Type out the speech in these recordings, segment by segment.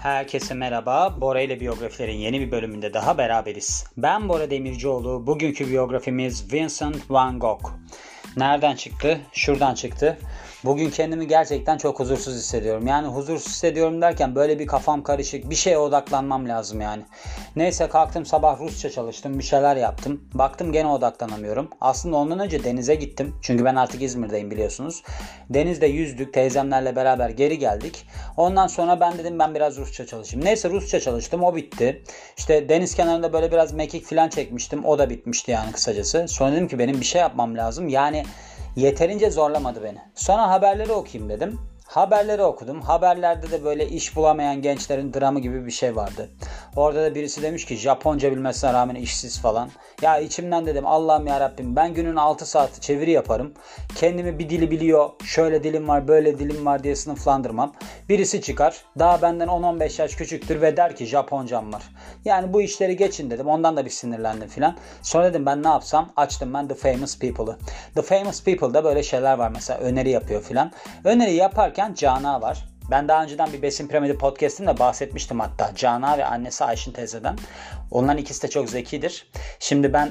Herkese merhaba. Bora ile biyografilerin yeni bir bölümünde daha beraberiz. Ben Bora Demircioğlu. Bugünkü biyografimiz Vincent van Gogh. Nereden çıktı? Şuradan çıktı. Bugün kendimi gerçekten çok huzursuz hissediyorum. Yani huzursuz hissediyorum derken böyle bir kafam karışık. Bir şeye odaklanmam lazım yani. Neyse kalktım sabah Rusça çalıştım. Bir şeyler yaptım. Baktım gene odaklanamıyorum. Aslında ondan önce denize gittim. Çünkü ben artık İzmir'deyim biliyorsunuz. Denizde yüzdük. Teyzemlerle beraber geri geldik. Ondan sonra ben dedim ben biraz Rusça çalışayım. Neyse Rusça çalıştım. O bitti. İşte deniz kenarında böyle biraz mekik falan çekmiştim. O da bitmişti yani kısacası. Sonra dedim ki benim bir şey yapmam lazım. Yani yeterince zorlamadı beni. Sonra haberleri okuyayım dedim. Haberleri okudum. Haberlerde de böyle iş bulamayan gençlerin dramı gibi bir şey vardı. Orada da birisi demiş ki Japonca bilmesine rağmen işsiz falan. Ya içimden dedim Allah'ım yarabbim ben günün 6 saati çeviri yaparım. Kendimi bir dili biliyor, şöyle dilim var, böyle dilim var diye sınıflandırmam. Birisi çıkar, daha benden 10-15 yaş küçüktür ve der ki Japoncam var. Yani bu işleri geçin dedim. Ondan da bir sinirlendim filan. Sonra dedim ben ne yapsam? Açtım ben The Famous People'ı. The Famous People'da böyle şeyler var mesela öneri yapıyor filan. Öneri yaparken Cana var. Ben daha önceden bir Besin Piramidi podcast'inde bahsetmiştim hatta. Cana ve annesi Ayşin teyzeden. Onların ikisi de çok zekidir. Şimdi ben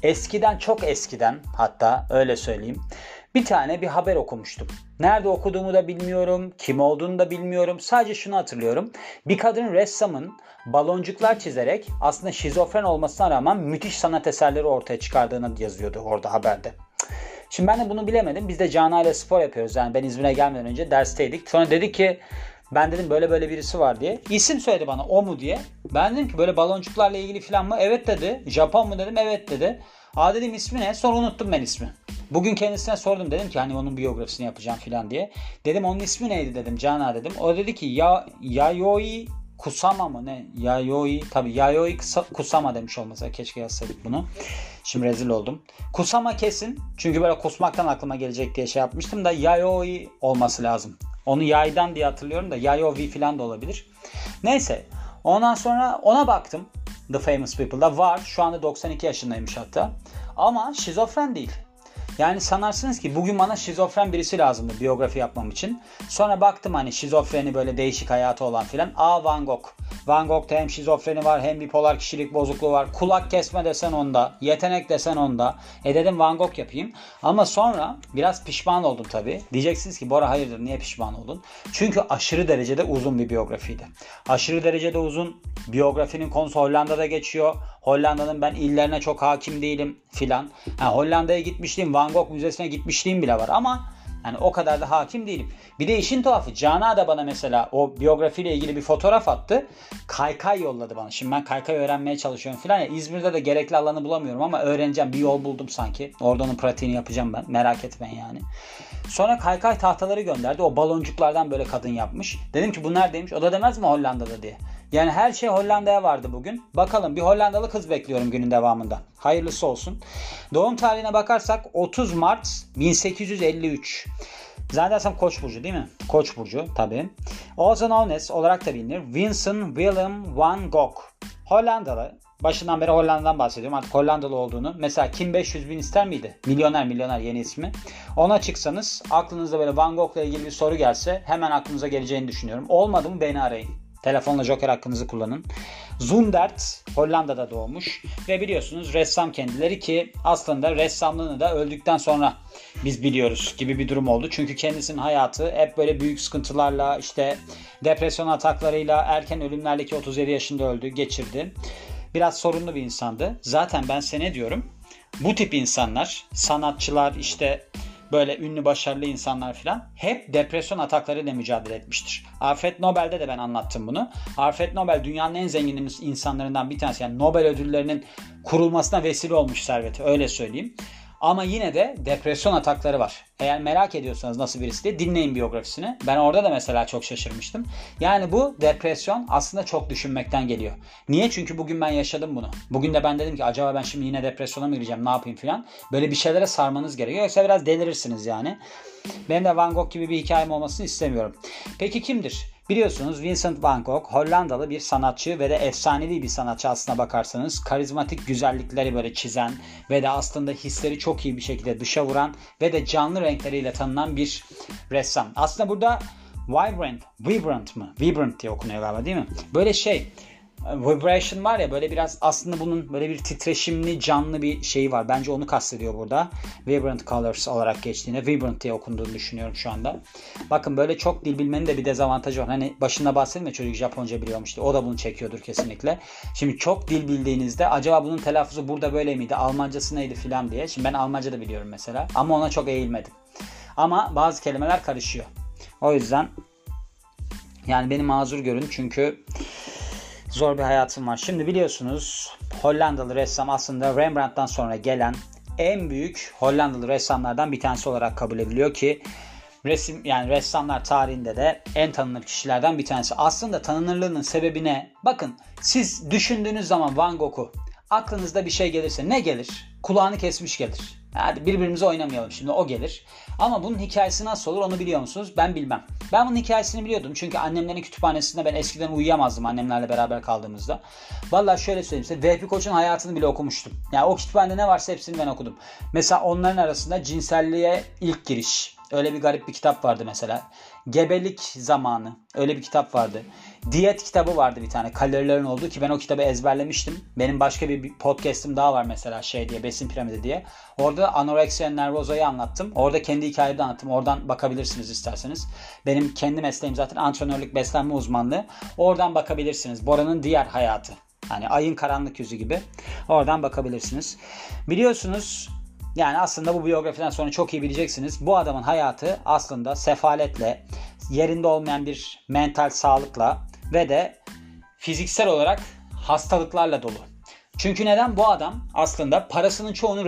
çok eskiden hatta öyle söyleyeyim. Bir haber okumuştum. Nerede okuduğumu da bilmiyorum. Kim olduğunu da bilmiyorum. Sadece şunu hatırlıyorum. Bir kadın ressamın baloncuklar çizerek aslında şizofren olmasına rağmen müthiş sanat eserleri ortaya çıkardığını yazıyordu orada haberde. Şimdi ben de bunu bilemedim. Biz de Cana ile spor yapıyoruz. Yani ben İzmir'e gelmeden önce dersteydik. Sonra dedi ki ben dedim böyle birisi var diye. İsim söyledi bana o mu diye. Ben dedim ki böyle baloncuklarla ilgili falan mı? Evet dedi. Japon mu dedim. Evet dedi. Aa dedim ismi ne? Sonra unuttum ben ismi. Bugün kendisine sordum dedim ki hani onun biyografisini yapacağım falan diye. Dedim onun ismi neydi dedim Cana dedim. O dedi ki Yayoi Kusama mı ne? Yayoi Kusama demiş olmasa keşke yazsaydık bunu. Şimdi rezil oldum. Kusama kesin. Çünkü böyle kusmaktan aklıma gelecek diye şey yapmıştım da Yayoi olması lazım. Onu yaydan diye hatırlıyorum da Yayovi falan da olabilir. Neyse. Ondan sonra ona baktım. The Famous People'da var. Şu anda 92 yaşındaymış hatta. Ama şizofren değil. Yani sanarsınız ki bugün bana şizofren birisi lazımdı biyografi yapmam için. Sonra baktım hani şizofreni böyle değişik hayatı olan filan. Van Gogh. Van Gogh'ta hem şizofreni var hem bipolar kişilik bozukluğu var. Kulak kesme desen onda. Yetenek desen onda. Dedim Van Gogh yapayım. Ama sonra biraz pişman oldum tabii. Diyeceksiniz ki Bora hayırdır niye pişman oldun? Çünkü aşırı derecede uzun bir biyografiydi. Aşırı derecede uzun. Biyografinin konusu Hollanda'da geçiyor. Hollanda'nın ben illerine çok hakim değilim filan. Hollanda'ya gitmişliğim, Van Gogh Müzesi'ne gitmişliğim bile var ama yani o kadar da hakim değilim. Bir de işin tuhafı Cana da bana mesela o biyografiyle ilgili bir fotoğraf attı. Kaykay yolladı bana. Şimdi ben kaykay öğrenmeye çalışıyorum filan ya. İzmir'de de gerekli alanı bulamıyorum ama öğreneceğim. Bir yol buldum sanki. Orada onun pratiğini yapacağım ben. Merak etmeyin yani. Sonra kaykay tahtaları gönderdi. O baloncuklardan böyle kadın yapmış. Dedim ki bu neredeymiş? O da demez mi Hollanda'da diye. Yani her şey Hollanda'ya vardı bugün. Bakalım bir Hollandalı kız bekliyorum günün devamında. Hayırlısı olsun. Doğum tarihine bakarsak 30 Mart 1853. Zannedersem Koç burcu değil mi? Koç burcu tabii. Also known as olarak da bilinir. Vincent Willem van Gogh. Hollandalı. Başından beri Hollanda'dan bahsediyorum. Artık Hollandalı olduğunu. Mesela Kim 500.000 ister miydi? Milyoner yeni ismi. Ona çıksanız aklınızda böyle Van Gogh'la ilgili bir soru gelse hemen aklınıza geleceğini düşünüyorum. Olmadı mı beni arayın. Telefonla Joker hakkınızı kullanın. Zundert Hollanda'da doğmuş ve biliyorsunuz ressam kendileri ki aslında ressamlığını da öldükten sonra biz biliyoruz gibi bir durum oldu. Çünkü kendisinin hayatı hep böyle büyük sıkıntılarla işte depresyon ataklarıyla erken ölümlerle ki 37 yaşında öldü geçirdi. Biraz sorunlu bir insandı. Zaten ben size ne diyorum? Bu tip insanlar sanatçılar işte böyle ünlü başarılı insanlar filan hep depresyon ataklarıyla mücadele etmiştir. Alfred Nobel'de de ben anlattım bunu. Alfred Nobel dünyanın en zengin insanlarından bir tanesi. Yani Nobel ödüllerinin kurulmasına vesile olmuş serveti öyle söyleyeyim. Ama yine de depresyon atakları var. Eğer merak ediyorsanız nasıl birisi diye dinleyin biyografisini. Ben orada da mesela çok şaşırmıştım. Yani bu depresyon aslında çok düşünmekten geliyor. Niye? Çünkü bugün ben yaşadım bunu. Bugün de ben dedim ki acaba ben şimdi yine depresyona mı gireceğim ne yapayım filan. Böyle bir şeylere sarmanız gerekiyor. Yoksa biraz delirirsiniz yani. Benim de Van Gogh gibi bir hikayem olmasını istemiyorum. Peki kimdir? Biliyorsunuz Vincent van Gogh Hollandalı bir sanatçı ve de efsanevi bir sanatçı aslına bakarsanız. Karizmatik güzellikleri böyle çizen ve de aslında hisleri çok iyi bir şekilde dışa vuran ve de canlı renkleriyle tanınan bir ressam. Aslında burada Vibrant mı? Vibrant diye okunuyor galiba değil mi? Böyle vibration var ya, böyle biraz aslında bunun böyle bir titreşimli, canlı bir şeyi var. Bence onu kastediyor burada. Vibrant colors olarak geçtiğine vibrant diye okunduğunu düşünüyorum şu anda. Bakın, böyle çok dil bilmenin de bir dezavantajı var. Hani başında bahsettim ya, çocuk Japonca biliyormuş diye. O da bunu çekiyordur kesinlikle. Şimdi çok dil bildiğinizde acaba bunun telaffuzu burada böyle miydi? Almancası neydi filan diye. Şimdi ben Almanca da biliyorum mesela. Ama ona çok eğilmedim. Ama bazı kelimeler karışıyor. O yüzden yani beni mazur görün, çünkü zor bir hayatım var. Şimdi biliyorsunuz Hollandalı ressam aslında Rembrandt'tan sonra gelen en büyük Hollandalı ressamlardan bir tanesi olarak kabul ediliyor ki ressamlar tarihinde de en tanınır kişilerden bir tanesi. Aslında tanınırlığının sebebi ne? Bakın, siz düşündüğünüz zaman Van Gogh'u, aklınızda bir şey gelirse ne gelir? Kulağını kesmiş gelir. Hadi birbirimize oynamayalım, şimdi o gelir. Ama bunun hikayesi nasıl olur onu biliyor musunuz? Ben bilmem. Ben bunun hikayesini biliyordum. Çünkü annemlerin kütüphanesinde ben eskiden uyuyamazdım annemlerle beraber kaldığımızda. Vallahi şöyle söyleyeyim size, Vehbi Koç'un hayatını bile okumuştum. Yani o kütüphanede ne varsa hepsini ben okudum. Mesela onların arasında cinselliğe ilk giriş. Öyle bir garip bir kitap vardı mesela. Gebelik zamanı. Öyle bir kitap vardı. Diyet kitabı vardı bir tane. Kalorilerin olduğu, ki ben o kitabı ezberlemiştim. Benim başka bir podcast'im daha var mesela diye, Besin Piramidi diye. Orada anoreksiya nervoza'yı anlattım. Orada kendi hikayemi de anlattım. Oradan bakabilirsiniz isterseniz. Benim kendi mesleğim zaten antrenörlük, beslenme uzmanlığı. Oradan bakabilirsiniz. Bora'nın diğer hayatı. Hani Ayın Karanlık Yüzü gibi. Oradan bakabilirsiniz. Biliyorsunuz, yani aslında bu biyografiden sonra çok iyi bileceksiniz. Bu adamın hayatı aslında sefaletle, yerinde olmayan bir mental sağlıkla ve de fiziksel olarak hastalıklarla dolu. Çünkü neden? Bu adam aslında parasının çoğunu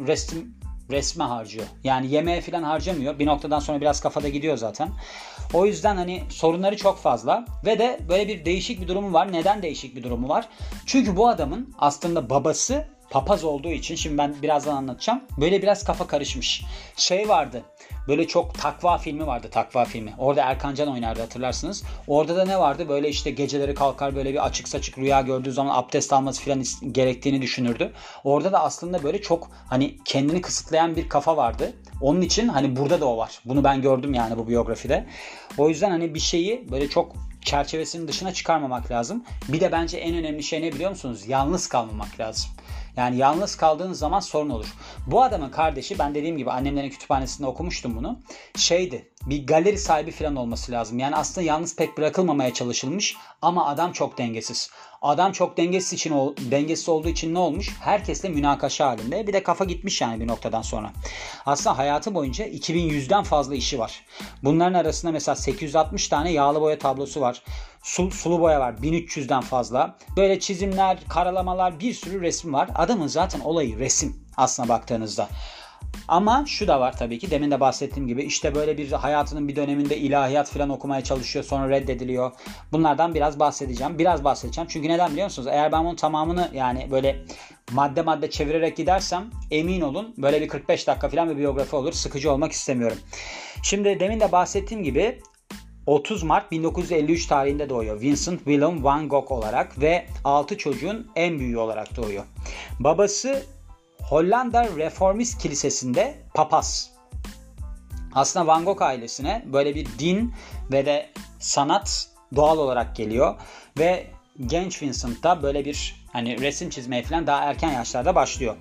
resme harcıyor. Yani yemeğe falan harcamıyor. Bir noktadan sonra biraz kafada gidiyor zaten. O yüzden hani sorunları çok fazla ve de böyle bir değişik bir durumu var. Neden değişik bir durumu var? Çünkü bu adamın aslında babası papaz olduğu için, şimdi ben birazdan anlatacağım, böyle biraz kafa karışmış. Vardı, böyle çok Takva filmi vardı, Takva filmi. Orada Erkan Can oynardı, hatırlarsınız. Orada da ne vardı? Böyle işte geceleri kalkar, böyle bir açık saçık rüya gördüğü zaman abdest alması falan gerektiğini düşünürdü. Orada da aslında böyle çok hani kendini kısıtlayan bir kafa vardı. Onun için hani burada da o var. Bunu ben gördüm yani bu biyografide. O yüzden hani bir şeyi böyle çok çerçevesinin dışına çıkarmamak lazım. Bir de bence en önemli şey ne biliyor musunuz? Yalnız kalmamak lazım. Yani yalnız kaldığınız zaman sorun olur. Bu adamın kardeşi, ben dediğim gibi annemlerin kütüphanesinde okumuştum bunu. Bir galeri sahibi falan olması lazım. Yani aslında yalnız pek bırakılmamaya çalışılmış ama adam çok dengesiz. Adam çok dengesiz olduğu için ne olmuş? Herkesle münakaşa halinde. Bir de kafa gitmiş yani bir noktadan sonra. Aslında hayatı boyunca 2100'den fazla işi var. Bunların arasında mesela 860 tane yağlı boya tablosu var. Sulu boya var 1300'den fazla. Böyle çizimler, karalamalar, bir sürü resim var. Adamın zaten olayı resim aslına baktığınızda. Ama şu da var tabii ki, demin de bahsettiğim gibi, işte böyle bir hayatının bir döneminde ilahiyat falan okumaya çalışıyor, sonra reddediliyor. Bunlardan biraz bahsedeceğim. Çünkü neden biliyor musunuz? Eğer ben bunun tamamını yani böyle madde madde çevirerek gidersem emin olun böyle bir 45 dakika falan bir biyografi olur. Sıkıcı olmak istemiyorum. Şimdi demin de bahsettiğim gibi 30 Mart 1953 tarihinde doğuyor Vincent Willem van Gogh olarak ve 6 çocuğun en büyüğü olarak doğuyor. Babası Hollanda Reformist Kilisesi'nde papaz. Aslında Van Gogh ailesine böyle bir din ve de sanat doğal olarak geliyor ve genç Vincent da böyle bir hani resim çizmeye falan daha erken yaşlarda başlıyor.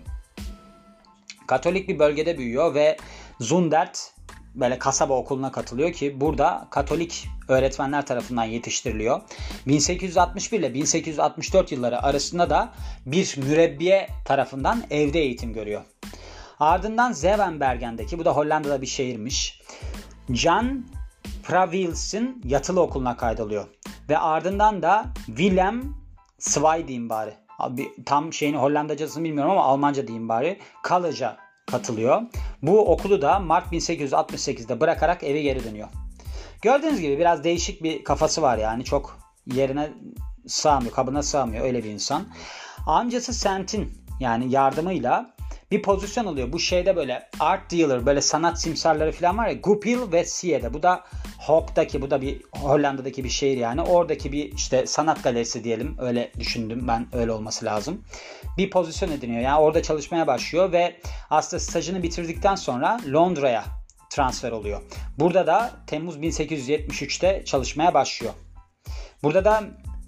Katolik bir bölgede büyüyor ve Zundert böyle kasaba okuluna katılıyor ki burada Katolik öğretmenler tarafından yetiştiriliyor. 1861 ile 1864 yılları arasında da bir mürebbiye tarafından evde eğitim görüyor. Ardından Zevenbergen'deki, bu da Hollanda'da bir şehirmiş, Jan Pravils'in yatılı okuluna kaydoluyor. Ve ardından da Willem Zwei diyeyim bari. Tam Hollandacasını bilmiyorum ama Almanca diyeyim bari. College'a katılıyor. Bu okulu da Mart 1868'de bırakarak eve geri dönüyor. Gördüğünüz gibi biraz değişik bir kafası var yani. Çok yerine sığamıyor, kabına sığamıyor öyle bir insan. Amcası Saint'in yani yardımıyla bir pozisyon alıyor. Bu böyle art dealer, böyle sanat simsarları falan var ya, Goupil ve Sie'de. Bu da Hoog'daki, bu da bir Hollanda'daki bir şehir yani. Oradaki bir işte sanat galerisi diyelim. Öyle düşündüm ben, öyle olması lazım. Bir pozisyon ediniyor. Yani orada çalışmaya başlıyor ve aslında stajını bitirdikten sonra Londra'ya transfer oluyor. Burada da Temmuz 1873'te çalışmaya başlıyor. Burada da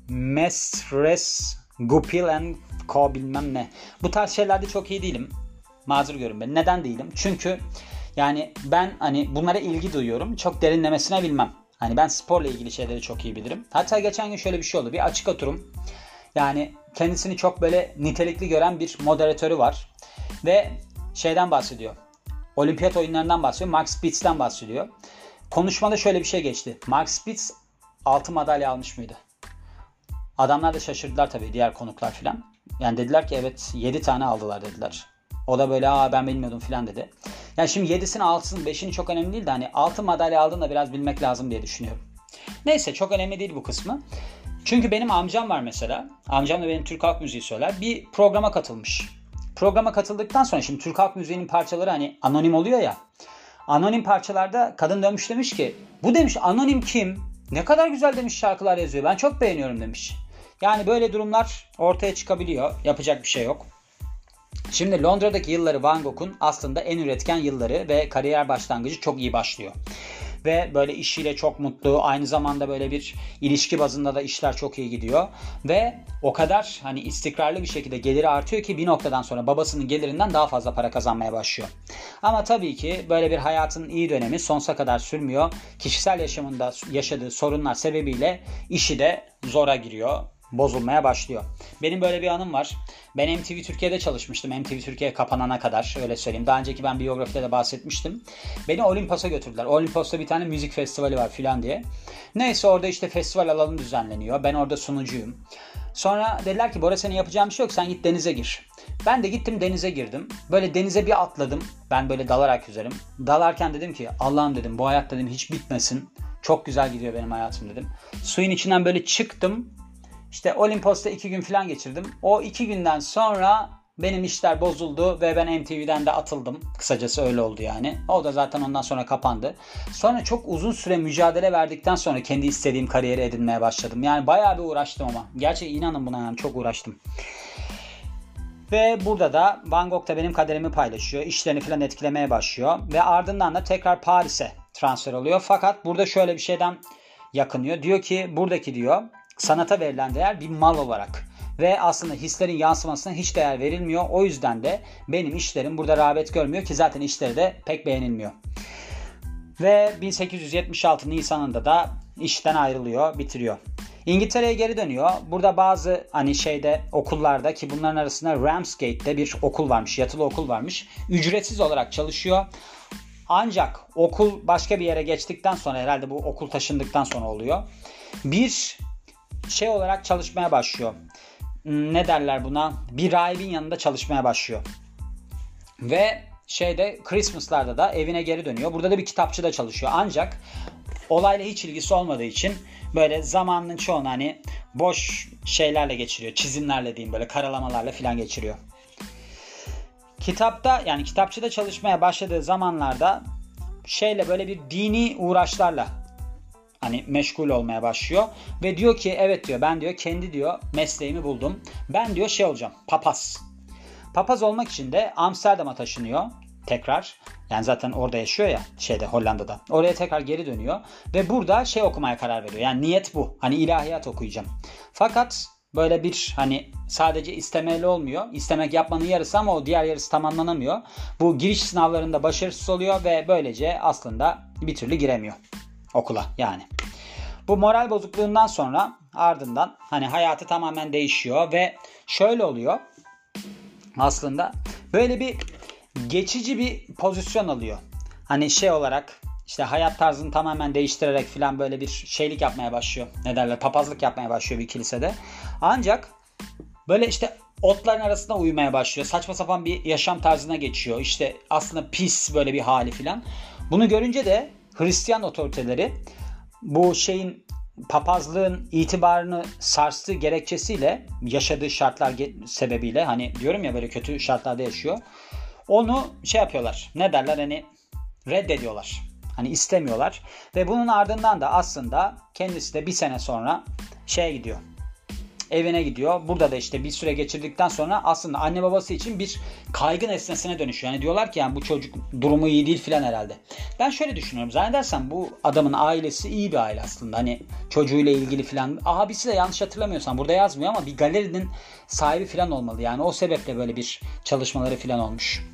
Mesres Goupil and Co bilmem ne. Bu tarz şeylerde çok iyi değilim. Mazur görün beni. Neden değilim? Çünkü yani ben hani bunlara ilgi duyuyorum. Çok derinlemesine bilmem. Hani ben sporla ilgili şeyleri çok iyi bilirim. Hatta geçen gün şöyle bir şey oldu. Bir açık oturum. Yani kendisini çok böyle nitelikli gören bir moderatörü var. Ve şeyden bahsediyor. Olimpiyat oyunlarından bahsediyor. Mark Spitz'ten bahsediyor. Konuşmada şöyle bir şey geçti. Mark Spitz altın madalya almış mıydı? Adamlar da şaşırdılar tabii, diğer konuklar filan. Yani dediler ki evet 7 tane aldılar dediler. O da böyle ben bilmiyordum filan dedi. Yani şimdi 7'sini 6'sını 5'ini çok önemli değil de hani altın madalya aldığını da biraz bilmek lazım diye düşünüyorum. Neyse, çok önemli değil bu kısmı. Çünkü benim amcam var mesela. Amcam da benim Türk halk müziği söyler. Bir programa katılmış. Programa katıldıktan sonra şimdi Türk halk müziğinin parçaları hani anonim oluyor ya. Anonim parçalarda kadın dönmüş demiş ki bu demiş anonim kim? Ne kadar güzel demiş şarkılar yazıyor. Ben çok beğeniyorum demiş. Yani böyle durumlar ortaya çıkabiliyor. Yapacak bir şey yok. Şimdi Londra'daki yılları Van Gogh'un aslında en üretken yılları ve kariyer başlangıcı çok iyi başlıyor. Ve böyle işiyle çok mutlu. Aynı zamanda böyle bir ilişki bazında da işler çok iyi gidiyor. Ve o kadar hani istikrarlı bir şekilde geliri artıyor ki bir noktadan sonra babasının gelirinden daha fazla para kazanmaya başlıyor. Ama tabii ki böyle bir hayatın iyi dönemi sonsuza kadar sürmüyor. Kişisel yaşamında yaşadığı sorunlar sebebiyle işi de zora giriyor. Bozulmaya başlıyor. Benim böyle bir anım var. Ben MTV Türkiye'de çalışmıştım. MTV Türkiye kapanana kadar, öyle söyleyeyim. Daha önceki ben biyografide de bahsetmiştim. Beni Olimpos'a götürdüler. Olimpos'ta bir tane müzik festivali var filan diye. Neyse orada işte festival alanı düzenleniyor. Ben orada sunucuyum. Sonra dediler ki Bora, senin yapacağın bir şey yok. Sen git denize gir. Ben de gittim denize girdim. Böyle denize bir atladım. Ben böyle dalarak yüzerim. Dalarken dedim ki Allah'ım dedim bu hayat dedim hiç bitmesin. Çok güzel gidiyor benim hayatım dedim. Suyun içinden böyle çıktım. İşte Olimpos'ta 2 gün falan geçirdim. O 2 günden sonra benim işler bozuldu ve ben MTV'den de atıldım. Kısacası öyle oldu yani. O da zaten ondan sonra kapandı. Sonra çok uzun süre mücadele verdikten sonra kendi istediğim kariyeri edinmeye başladım. Yani bayağı bir uğraştım ama. Gerçekten inanın buna, yani çok uğraştım. Ve burada da Van Gogh da benim kaderimi paylaşıyor. İşlerini falan etkilemeye başlıyor. Ve ardından da tekrar Paris'e transfer oluyor. Fakat burada şöyle bir şeyden yakınıyor. Diyor ki buradaki diyor sanata verilen değer bir mal olarak ve aslında hislerin yansımasına hiç değer verilmiyor. O yüzden de benim işlerim burada rağbet görmüyor ki zaten işleri de pek beğenilmiyor. Ve 1876 Nisan'ında da işten ayrılıyor, bitiriyor. İngiltere'ye geri dönüyor. Burada bazı hani okullarda ki bunların arasında Ramsgate'de bir okul varmış, yatılı okul varmış. Ücretsiz olarak çalışıyor. Ancak okul başka bir yere geçtikten sonra, herhalde bu okul taşındıktan sonra oluyor. Bir olarak çalışmaya başlıyor. Ne derler buna? Bir rahibin yanında çalışmaya başlıyor. Ve Christmas'larda da evine geri dönüyor. Burada da bir kitapçıda çalışıyor. Ancak olayla hiç ilgisi olmadığı için böyle zamanının çoğunu hani boş şeylerle geçiriyor. Çizimlerle diyeyim, böyle karalamalarla falan geçiriyor. Kitapçıda çalışmaya başladığı zamanlarda böyle bir dini uğraşlarla hani meşgul olmaya başlıyor ve diyor ki evet diyor, ben diyor kendi diyor mesleğimi buldum. Ben diyor olacağım, papaz. Papaz olmak için de Amsterdam'a taşınıyor tekrar. Yani zaten orada yaşıyor ya Hollanda'da. Oraya tekrar geri dönüyor ve burada okumaya karar veriyor. Yani niyet bu. Hani ilahiyat okuyacağım. Fakat böyle bir hani sadece istemeyle olmuyor. İstemek yapmanın yarısı ama o diğer yarısı tamamlanamıyor. Bu giriş sınavlarında başarısız oluyor ve böylece aslında bir türlü giremiyor okula yani. Bu moral bozukluğundan sonra ardından hani hayatı tamamen değişiyor ve şöyle oluyor. Aslında böyle bir geçici bir pozisyon alıyor. Hani olarak işte hayat tarzını tamamen değiştirerek falan böyle bir şeylik yapmaya başlıyor. Ne derler? Papazlık yapmaya başlıyor bir kilisede. Ancak böyle otların arasında uyumaya başlıyor. Saçma sapan bir yaşam tarzına geçiyor. Aslında pis böyle bir hali falan. Bunu görünce de Hristiyan otoriteleri bu papazlığın itibarını sarstığı gerekçesiyle, yaşadığı şartlar sebebiyle, hani diyorum ya böyle kötü şartlarda yaşıyor. Onu yapıyorlar. Ne derler? Hani reddediyorlar. Hani istemiyorlar. Ve bunun ardından da aslında kendisi de bir sene sonra gidiyor. evine gidiyor. Burada da işte bir süre geçirdikten sonra aslında anne babası için bir kaygı nesnesine dönüşüyor. Yani diyorlar ki yani bu çocuk durumu iyi değil filan herhalde. Ben şöyle düşünüyorum. Zannedersem bu adamın ailesi iyi bir aile aslında. Hani çocuğuyla ilgili filan. Abisi de yanlış hatırlamıyorsam burada yazmıyor ama bir galerinin sahibi filan olmalı. Yani o sebeple böyle bir çalışmaları filan olmuş.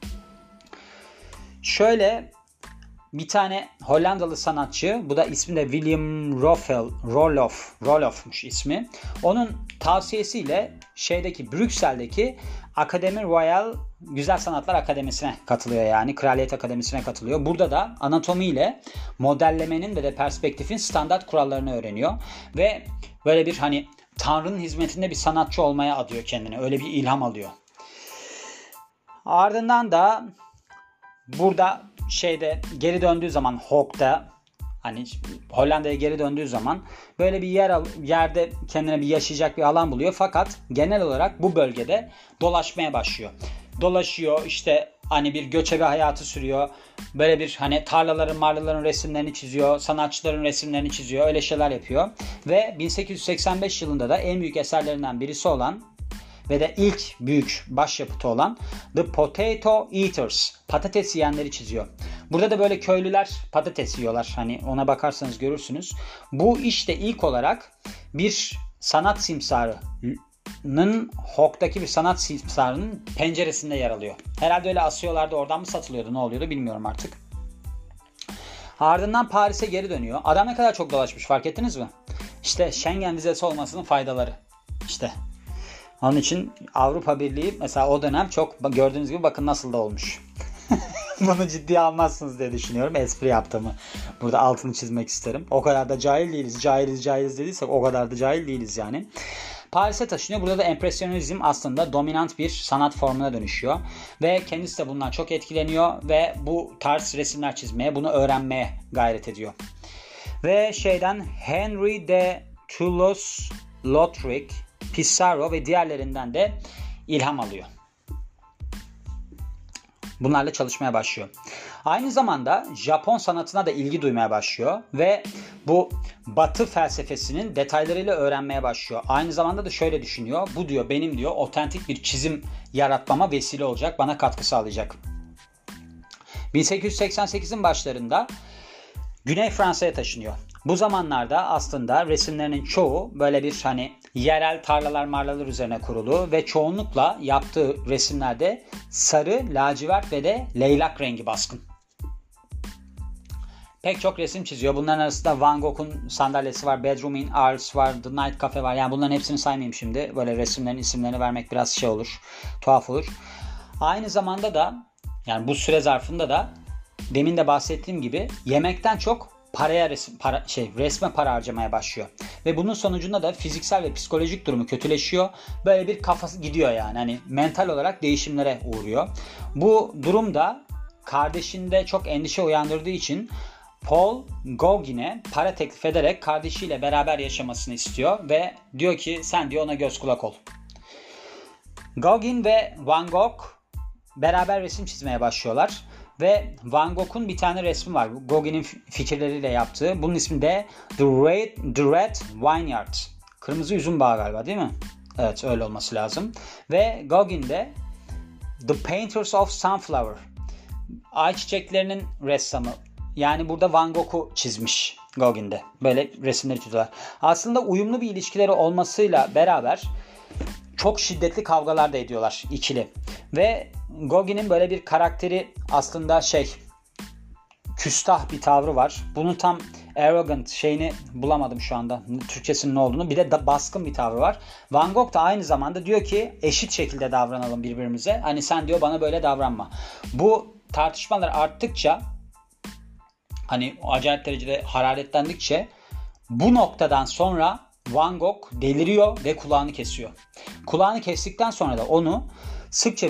Şöyle bir tane Hollandalı sanatçı, bu da ismi de William Roloff'muş ismi. Onun tavsiyesiyle Brüksel'deki Akademi Royal Güzel Sanatlar Akademisi'ne katılıyor, yani Kraliyet Akademisi'ne katılıyor. Burada da anatomi ile modellemenin ve de perspektifin standart kurallarını öğreniyor ve böyle bir hani Tanrı'nın hizmetinde bir sanatçı olmaya adıyor kendini. Öyle bir ilham alıyor. Ardından da burada geri döndüğü zaman Hoog'da, hani Hollanda'ya geri döndüğü zaman böyle bir yerde kendine bir yaşayacak bir alan buluyor. Fakat genel olarak bu bölgede dolaşmaya başlıyor. Dolaşıyor, işte hani bir göçebe hayatı sürüyor. Böyle bir hani tarlaların resimlerini çiziyor. Sanatçıların resimlerini çiziyor. Öyle şeyler yapıyor. Ve 1885 yılında da en büyük eserlerinden birisi olan ve de ilk büyük başyapıtı olan The Potato Eaters, patates yiyenleri çiziyor. Burada da böyle köylüler patates yiyorlar. Hani ona bakarsanız görürsünüz. Bu işte ilk olarak bir sanat simsarının, Hoog'daki bir sanat simsarının penceresinde yer alıyor. Herhalde öyle asıyorlardı, oradan mı satılıyordu, ne oluyordu bilmiyorum artık. Ardından Paris'e geri dönüyor. Adam ne kadar çok dolaşmış, fark ettiniz mi? İşte Schengen vizesi olmasının faydaları. İşte. Onun için Avrupa Birliği mesela o dönem çok, gördüğünüz gibi bakın nasıl da olmuş. Bunu ciddiye almazsınız diye düşünüyorum. Espri yaptığımı burada altını çizmek isterim. O kadar da cahil değiliz. Cahiliz dediysek o kadar da cahil değiliz yani. Paris'e taşınıyor. Burada da empresyonizm aslında dominant bir sanat formuna dönüşüyor. Ve kendisi de bundan çok etkileniyor ve bu tarz resimler çizmeye, bunu öğrenmeye gayret ediyor. Ve Henry de Toulouse-Lautrec, Pissarro ve diğerlerinden de ilham alıyor. Bunlarla çalışmaya başlıyor. Aynı zamanda Japon sanatına da ilgi duymaya başlıyor ve bu Batı felsefesinin detaylarıyla öğrenmeye başlıyor. Aynı zamanda da şöyle düşünüyor. Bu diyor benim diyor otantik bir çizim yaratmama vesile olacak, bana katkı sağlayacak. 1888'in başlarında Güney Fransa'ya taşınıyor. Bu zamanlarda aslında resimlerinin çoğu böyle bir hani yerel tarlalar üzerine kurulu ve çoğunlukla yaptığı resimlerde sarı, lacivert ve de leylak rengi baskın. Pek çok resim çiziyor. Bunların arasında Van Gogh'un sandalyesi var, Bedroom in Arles var, The Night Cafe var. Yani bunların hepsini saymayayım şimdi. Böyle resimlerin isimlerini vermek biraz olur, tuhaf olur. Aynı zamanda da yani bu süre zarfında da demin de bahsettiğim gibi yemekten çok resme para harcamaya başlıyor. Ve bunun sonucunda da fiziksel ve psikolojik durumu kötüleşiyor. Böyle bir kafası gidiyor yani. Hani mental olarak değişimlere uğruyor. Bu durum da kardeşinde çok endişe uyandırdığı için Paul Gauguin'e para teklif ederek kardeşiyle beraber yaşamasını istiyor ve diyor ki sen diyor ona göz kulak ol. Gauguin ve Van Gogh beraber resim çizmeye başlıyorlar. Ve Van Gogh'un bir tane resmi var. Gauguin'in fikirleriyle yaptığı. Bunun ismi de The Red Vineyard. Kırmızı üzüm bağı galiba, değil mi? Evet, öyle olması lazım. Ve Gauguin de The Painters of Sunflower. Ay çiçeklerinin ressamı. Yani burada Van Gogh'u çizmiş Gauguin'de. Böyle resimleri çiziyorlar. Aslında uyumlu bir ilişkileri olmasıyla beraber çok şiddetli kavgalar da ediyorlar ikili. Ve Gauguin'in böyle bir karakteri aslında küstah bir tavrı var. Bunun tam arrogant bulamadım şu anda. Türkçesinin ne olduğunu. Bir de baskın bir tavrı var. Van Gogh da aynı zamanda diyor ki eşit şekilde davranalım birbirimize. Hani sen diyor bana böyle davranma. Bu tartışmalar arttıkça hani acayip derecede hararetlendikçe bu noktadan sonra Van Gogh deliriyor ve kulağını kesiyor. Kulağını kestikten sonra da onu sıkça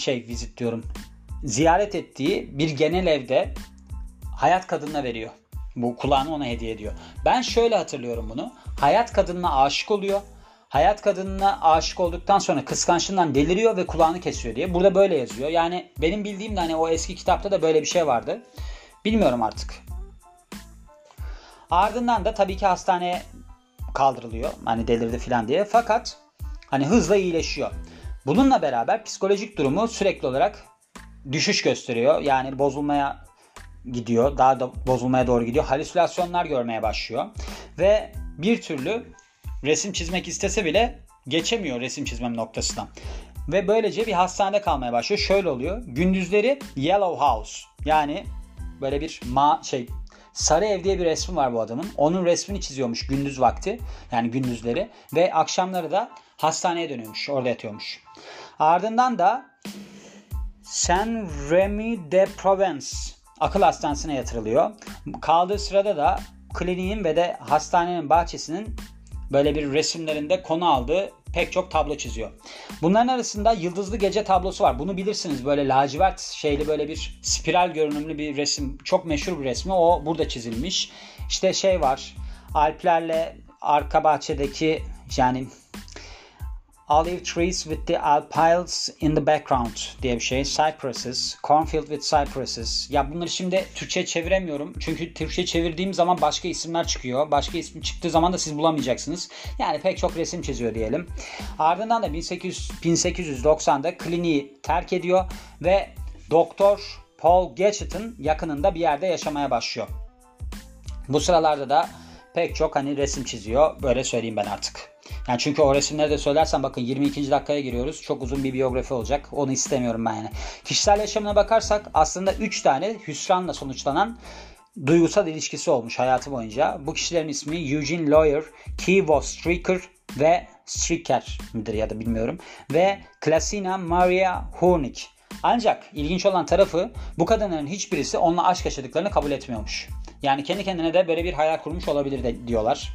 ziyaret ettiği bir genel evde hayat kadınına veriyor. Bu kulağını ona hediye ediyor. Ben şöyle hatırlıyorum bunu. Hayat kadınına aşık oluyor. Hayat kadınına aşık olduktan sonra kıskançlığından deliriyor ve kulağını kesiyor diye. Burada böyle yazıyor. Yani benim bildiğim de hani o eski kitapta da böyle bir şey vardı. Bilmiyorum artık. Ardından da tabii ki hastaneye kaldırılıyor. Hani delirdi falan diye. Fakat hani hızla iyileşiyor. Bununla beraber psikolojik durumu sürekli olarak düşüş gösteriyor. Yani bozulmaya gidiyor. Daha da bozulmaya doğru gidiyor. Halüsinasyonlar görmeye başlıyor. Ve bir türlü resim çizmek istese bile geçemiyor resim çizmem noktasına. Ve böylece bir hastanede kalmaya başlıyor. Şöyle oluyor. Gündüzleri Yellow House, yani böyle bir sarı ev diye bir resmi var bu adamın. Onun resmini çiziyormuş gündüz vakti. Yani gündüzleri. Ve akşamları da hastaneye dönüyormuş. Orada yatıyormuş. Ardından da Saint-Rémy-de-Provence akıl hastanesine yatırılıyor. Kaldığı sırada da kliniğin ve de hastanenin bahçesinin böyle bir resimlerinde konu aldığı pek çok tablo çiziyor. Bunların arasında Yıldızlı Gece tablosu var. Bunu bilirsiniz, böyle lacivert şeyli, böyle bir spiral görünümlü bir resim. Çok meşhur bir resmi. O burada çizilmiş. İşte var. Alplerle arka bahçedeki, yani Olive trees with the alpines in the background diye bir şey. Cypresses, cornfield with cypresses. Ya bunları şimdi Türkçe'ye çeviremiyorum. Çünkü Türkçe'ye çevirdiğim zaman başka isimler çıkıyor. Başka isim çıktığı zaman da siz bulamayacaksınız. Yani pek çok resim çiziyor diyelim. Ardından da 1890'da kliniği terk ediyor ve Doktor Paul Gachet'ın yakınında bir yerde yaşamaya başlıyor. Bu sıralarda da pek çok resim çiziyor. Böyle söyleyeyim ben artık. Yani çünkü o resimleri de söylersem bakın 22. dakikaya giriyoruz. Çok uzun bir biyografi olacak. Onu istemiyorum ben yani. Kişisel yaşamına bakarsak aslında 3 tane hüsranla sonuçlanan duygusal ilişkisi olmuş hayatı boyunca. Bu kişilerin ismi Eugene Lawyer, Kievo Stricker ve Stricker midir ya da bilmiyorum. Ve Klasina Maria Hornick. Ancak ilginç olan tarafı, bu kadınların hiçbirisi onunla aşk yaşadıklarını kabul etmiyormuş. Yani kendi kendine de böyle bir hayal kurmuş olabilir de diyorlar.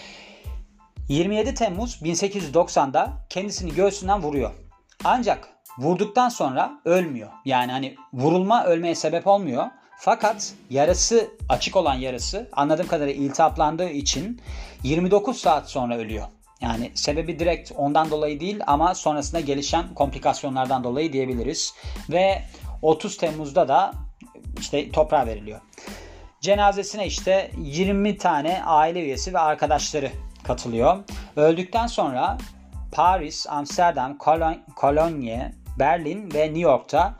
27 Temmuz 1890'da kendisini göğsünden vuruyor. Ancak vurduktan sonra ölmüyor. Yani vurulma ölmeye sebep olmuyor. Fakat yarası, açık olan yarası anladığım kadarıyla iltihaplandığı için 29 saat sonra ölüyor. Yani sebebi direkt ondan dolayı değil ama sonrasında gelişen komplikasyonlardan dolayı diyebiliriz. Ve 30 Temmuz'da da toprağa veriliyor. Cenazesine 20 tane aile üyesi ve arkadaşları katılıyor. Öldükten sonra Paris, Amsterdam, Cologne, Berlin ve New York'ta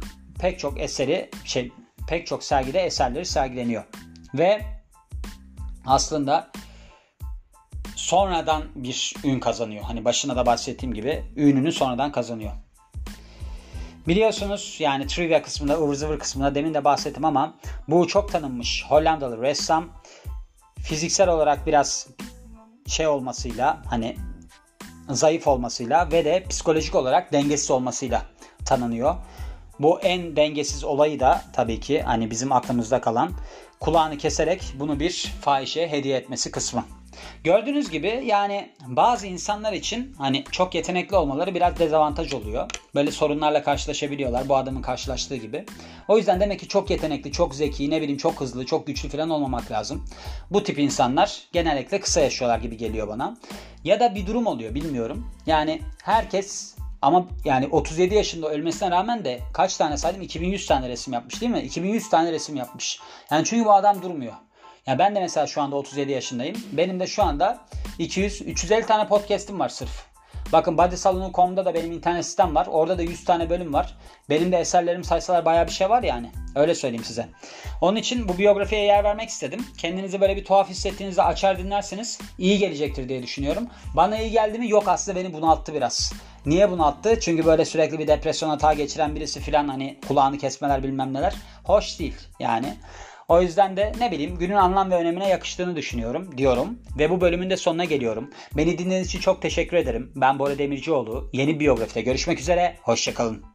pek çok sergide eserleri sergileniyor. Ve aslında sonradan bir ün kazanıyor. Başına da bahsettiğim gibi ününü sonradan kazanıyor. Biliyorsunuz yani trivia kısmında, ıvır zıvır kısmında demin de bahsettim ama bu çok tanınmış Hollandalı ressam fiziksel olarak biraz olmasıyla, zayıf olmasıyla ve de psikolojik olarak dengesiz olmasıyla tanınıyor. Bu en dengesiz olayı da tabii ki bizim aklımızda kalan, kulağını keserek bunu bir fahişeye hediye etmesi kısmı. Gördüğünüz gibi yani bazı insanlar için çok yetenekli olmaları biraz dezavantaj oluyor. Böyle sorunlarla karşılaşabiliyorlar, bu adamın karşılaştığı gibi. O yüzden demek ki çok yetenekli, çok zeki, çok hızlı, çok güçlü falan olmamak lazım. Bu tip insanlar genellikle kısa yaşıyorlar gibi geliyor bana. Ya da bir durum oluyor, bilmiyorum. Yani herkes, ama 37 yaşında ölmesine rağmen de kaç tane saydım? 2100 tane resim yapmış değil mi? 2100 tane resim yapmış. Yani çünkü bu adam durmuyor. Yani ben de mesela şu anda 37 yaşındayım. Benim de şu anda 200-350 tane podcast'im var sırf. Bakın bodysalonu.com'da da benim internet sitem var. Orada da 100 tane bölüm var. Benim de eserlerim saysalar bayağı bir şey var yani. Öyle söyleyeyim size. Onun için bu biyografiye yer vermek istedim. Kendinizi böyle bir tuhaf hissettiğinizde açar dinlerseniz iyi gelecektir diye düşünüyorum. Bana iyi geldi mi? Yok, aslında beni bunalttı biraz. Niye bunalttı? Çünkü böyle sürekli bir depresyon hata geçiren birisi filan, kulağını kesmeler bilmem neler. Hoş değil yani. O yüzden de günün anlam ve önemine yakıştığını düşünüyorum diyorum. Ve bu bölümün de sonuna geliyorum. Beni dinlediğiniz için çok teşekkür ederim. Ben Bora Demircioğlu. Yeni biyografide görüşmek üzere. Hoşça kalın.